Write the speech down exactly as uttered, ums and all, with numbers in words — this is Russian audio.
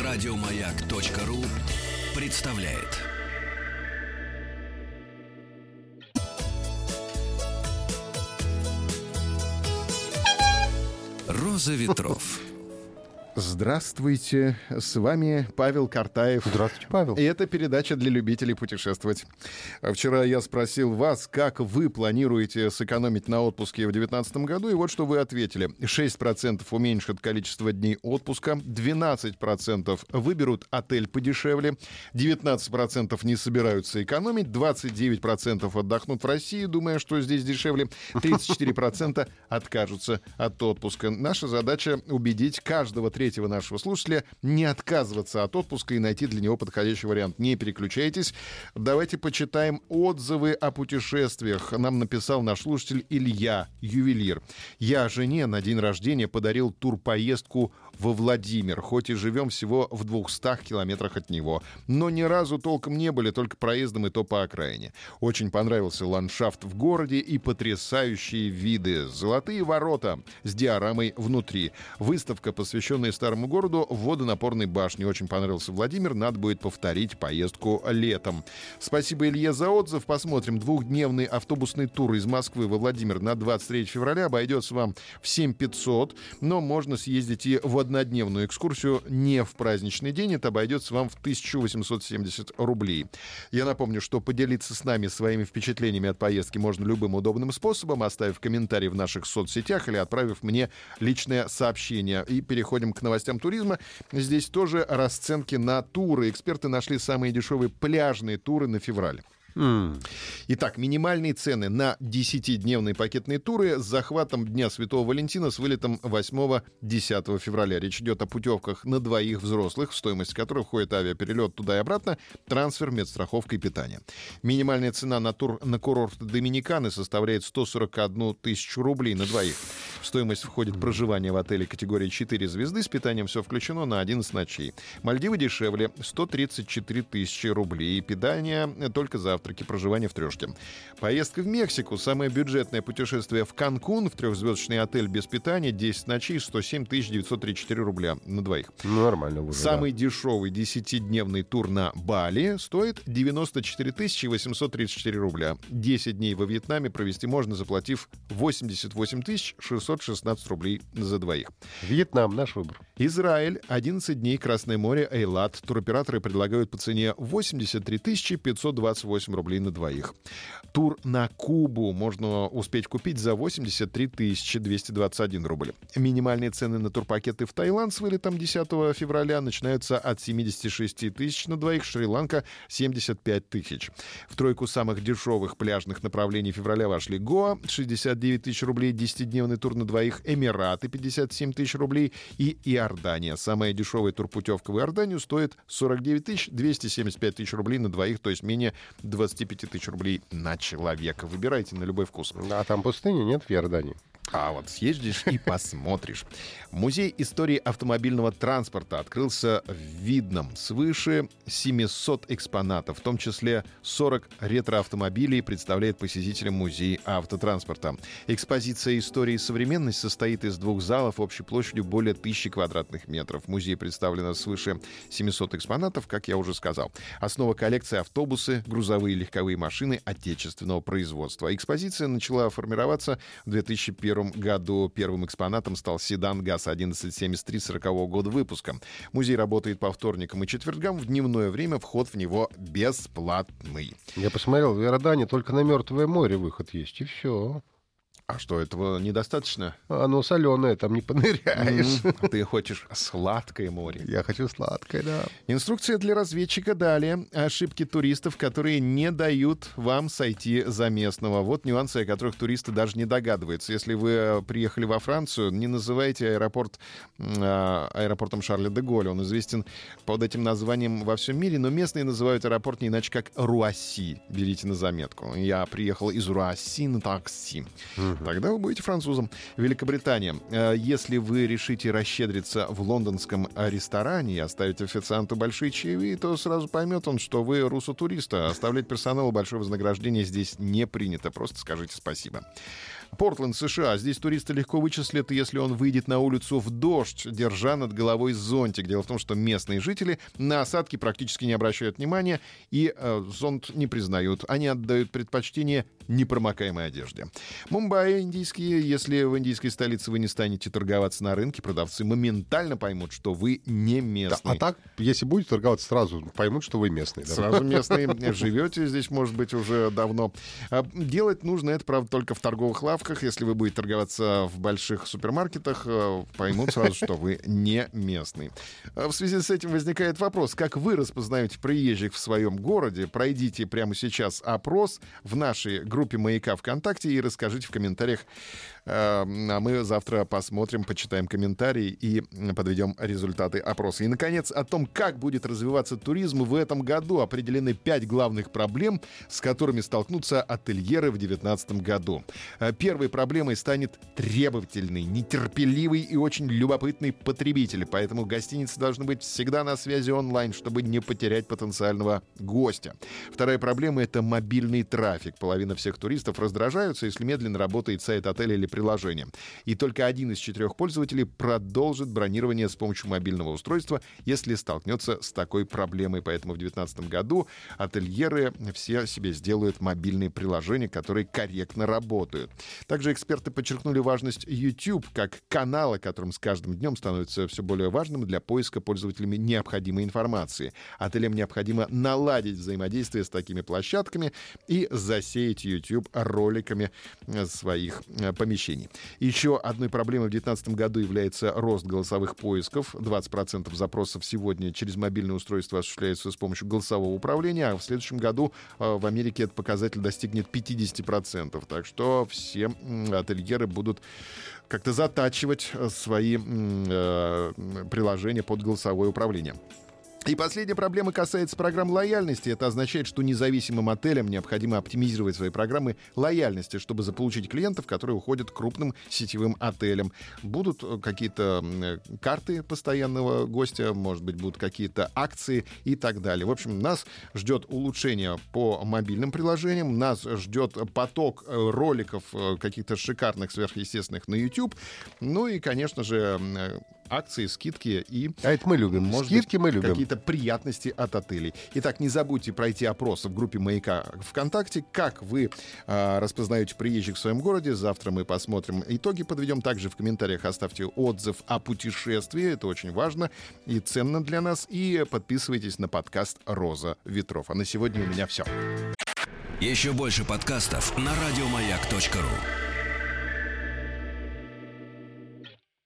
Радиомаяк.ру представляет. Роза ветров. Здравствуйте, с вами Павел Картаев. Здравствуйте, Павел. И это передача для любителей путешествовать. Вчера я спросил вас, как вы планируете сэкономить на отпуске в две тысячи девятнадцатом году, и вот что вы ответили. шесть процентов уменьшат количество дней отпуска, двенадцать процентов выберут отель подешевле, девятнадцать процентов не собираются экономить, двадцать девять процентов отдохнут в России, думая, что здесь дешевле, тридцать четыре процента откажутся от отпуска. Наша задача — убедить каждого третьего нашего слушателя не отказываться от отпуска и найти для него подходящий вариант. Не переключайтесь. Давайте почитаем отзывы о путешествиях. Нам написал наш слушатель Илья, ювелир. Я жене на день рождения подарил турпоездку во Владимир, хоть и живем всего в двухстах километрах от него. Но ни разу толком не были, только проездом и то по окраине. Очень понравился ландшафт в городе и потрясающие виды. Золотые ворота с диорамой внутри. Выставка, посвященная старому городу, в водонапорной башне. Очень понравился Владимир, надо будет повторить поездку летом. Спасибо, Илье, за отзыв. Посмотрим. Двухдневный автобусный тур из Москвы во Владимир на двадцать третьего февраля обойдется вам в семь тысяч пятьсот, но можно съездить и в однодневную экскурсию не в праздничный день. Это обойдется вам в тысячу восемьсот семьдесят рублей. Я напомню, что поделиться с нами своими впечатлениями от поездки можно любым удобным способом, оставив комментарий в наших соцсетях или отправив мне личное сообщение. И переходим к новостям туризма. Здесь тоже расценки на туры. Эксперты нашли самые дешевые пляжные туры на февраль. Mm. Итак, минимальные цены на десятидневные пакетные туры с захватом Дня Святого Валентина с вылетом восьмого-десятого февраля. Речь идет о путевках на двоих взрослых, в стоимость которых входит авиаперелет туда и обратно, трансфер, медстраховка и питание. Минимальная цена на тур на курорт Доминиканы составляет сто сорок одну тысячу рублей на двоих. В стоимость входит проживание в отеле категории четыре звезды, с питанием все включено на одиннадцать ночей. Мальдивы дешевле, сто тридцать четыре тысячи рублей. Питание только завтраки, проживание в трешке. Поездка в Мексику, самое бюджетное путешествие в Канкун, в трехзвездочный отель без питания, десять ночей, сто семь тысяч девятьсот тридцать четыре рубля на двоих. Ну, нормально уже. Самый да. дешевый десятидневный тур на Бали стоит девяносто четыре тысячи восемьсот тридцать четыре рубля. десять дней во Вьетнаме провести можно, заплатив восемьдесят восемь тысяч шестьсот шестнадцать рублей за двоих. Вьетнам — наш выбор. Израиль, одиннадцать дней, Красное море, Эйлат. Туроператоры предлагают по цене восемьдесят три тысячи пятьсот двадцать восемь рублей на двоих. Тур на Кубу можно успеть купить за восемьдесят три тысячи двести двадцать один рубль. Минимальные цены на турпакеты в Таиланд с вылетом десятого февраля начинаются от семьдесят шесть тысяч на двоих, Шри-Ланка — семьдесят пять тысяч. В тройку самых дешевых пляжных направлений февраля вошли Гоа — шестьдесят девять тысяч рублей, десятидневный тур на двоих, Эмираты — пятьдесят семь тысяч рублей и Иордания. Самая дешевая турпутевка в Иорданию стоит сорок девять тысяч двести семьдесят пять тысяч рублей на двоих, то есть менее двадцать пять тысяч рублей на человека. Выбирайте на любой вкус. А там пустыни нет в Иордании? А вот съездишь и посмотришь. Музей истории автомобильного транспорта открылся в Видном. Свыше семисот экспонатов, в том числе сорок ретроавтомобилей, представляет посетителям музей автотранспорта. Экспозиция истории и современность состоит из двух залов общей площадью более тысячи квадратных метров. В музее представлено свыше семисот экспонатов, как я уже сказал. Основа коллекции — автобусы, грузовые и легковые машины отечественного производства. Экспозиция начала формироваться в две тысячи первом году. Первым экспонатом стал седан ГАЗ одиннадцать семьдесят три сорокового года выпуска. Музей работает по вторникам и четвергам. В дневное время вход в него бесплатный. Я посмотрел, в Иордании только на Мертвое море выход есть, и все. А что, этого недостаточно? Оно соленое, там не поныряешь. Mm, ты хочешь сладкое море. Я хочу сладкое, да. Инструкция для разведчика далее. Ошибки туристов, которые не дают вам сойти за местного. Вот нюансы, о которых туристы даже не догадываются. Если вы приехали во Францию, не называйте аэропорт а, аэропортом Шарля де Голля. Он известен под этим названием во всем мире, но местные называют аэропорт не иначе, как Руасси. Берите на заметку. Я приехал из Руасси на такси. Mm. Тогда вы будете французом. Великобритания. Если вы решите расщедриться в лондонском ресторане и оставить официанту большие чаевые, то сразу поймет он, что вы руссо-туриста. Оставлять персоналу большое вознаграждение здесь не принято. Просто скажите спасибо. Портленд, США. Здесь туристы легко вычислят, если он выйдет на улицу в дождь, держа над головой зонтик. Дело в том, что местные жители на осадки практически не обращают внимания и э, зонт не признают. Они отдают предпочтение непромокаемой одежде. Мумбаи, индийские. Если в индийской столице вы не станете торговаться на рынке, продавцы моментально поймут, что вы не местный. Да, а так, если будете торговаться, сразу поймут, что вы местный. Да? Сразу местный. Живете здесь, может быть, уже давно. Делать нужно это, правда, только в торговых лавках. Если вы будете торговаться в больших супермаркетах, поймут сразу, что вы не местный. В связи с этим возникает вопрос, как вы распознаете приезжих в своем городе? Пройдите прямо сейчас опрос в нашей группе «Маяка» ВКонтакте и расскажите в комментариях. А мы завтра посмотрим, почитаем комментарии и подведем результаты опроса. И, наконец, о том, как будет развиваться туризм в этом году. Определены пять главных проблем, с которыми столкнутся ательеры в две тысячи девятнадцатом году. Первой проблемой станет требовательный, нетерпеливый и очень любопытный потребитель. Поэтому гостиницы должны быть всегда на связи онлайн, чтобы не потерять потенциального гостя. Вторая проблема — это мобильный трафик. Половина всех туристов раздражаются, если медленно работает сайт отеля или приложение. И только один из четырех пользователей продолжит бронирование с помощью мобильного устройства, если столкнется с такой проблемой. Поэтому в две тысячи девятнадцатом году ательеры все себе сделают мобильные приложения, которые корректно работают. Также эксперты подчеркнули важность YouTube как канала, которым с каждым днем становится все более важным для поиска пользователями необходимой информации. Отелям необходимо наладить взаимодействие с такими площадками и засеять YouTube роликами своих помещений. Еще одной проблемой в две тысячи девятнадцатом году является рост голосовых поисков. двадцать процентов запросов сегодня через мобильное устройство осуществляются с помощью голосового управления, а в следующем году в Америке этот показатель достигнет пятьдесят процентов. Так что все ательеры будут как-то затачивать свои э, приложения под голосовое управление. И последняя проблема касается программ лояльности. Это означает, что независимым отелям необходимо оптимизировать свои программы лояльности, чтобы заполучить клиентов, которые уходят к крупным сетевым отелям. Будут какие-то карты постоянного гостя, может быть, будут какие-то акции и так далее. В общем, нас ждет улучшение по мобильным приложениям, нас ждет поток роликов каких-то шикарных, сверхъестественных на YouTube. Ну и, конечно же, акции, скидки и... А это мы любим. Может Скидки быть, мы любим. Какие-то приятности от отелей. Итак, не забудьте пройти опрос в группе «Маяка» ВКонтакте. Как вы а, распознаете приезжих в своем городе? Завтра мы посмотрим итоги, подведем. Также в комментариях оставьте отзыв о путешествии. Это очень важно и ценно для нас. И подписывайтесь на подкаст «Роза ветров». А на сегодня у меня все. Еще больше подкастов на радиомаяк точка ру.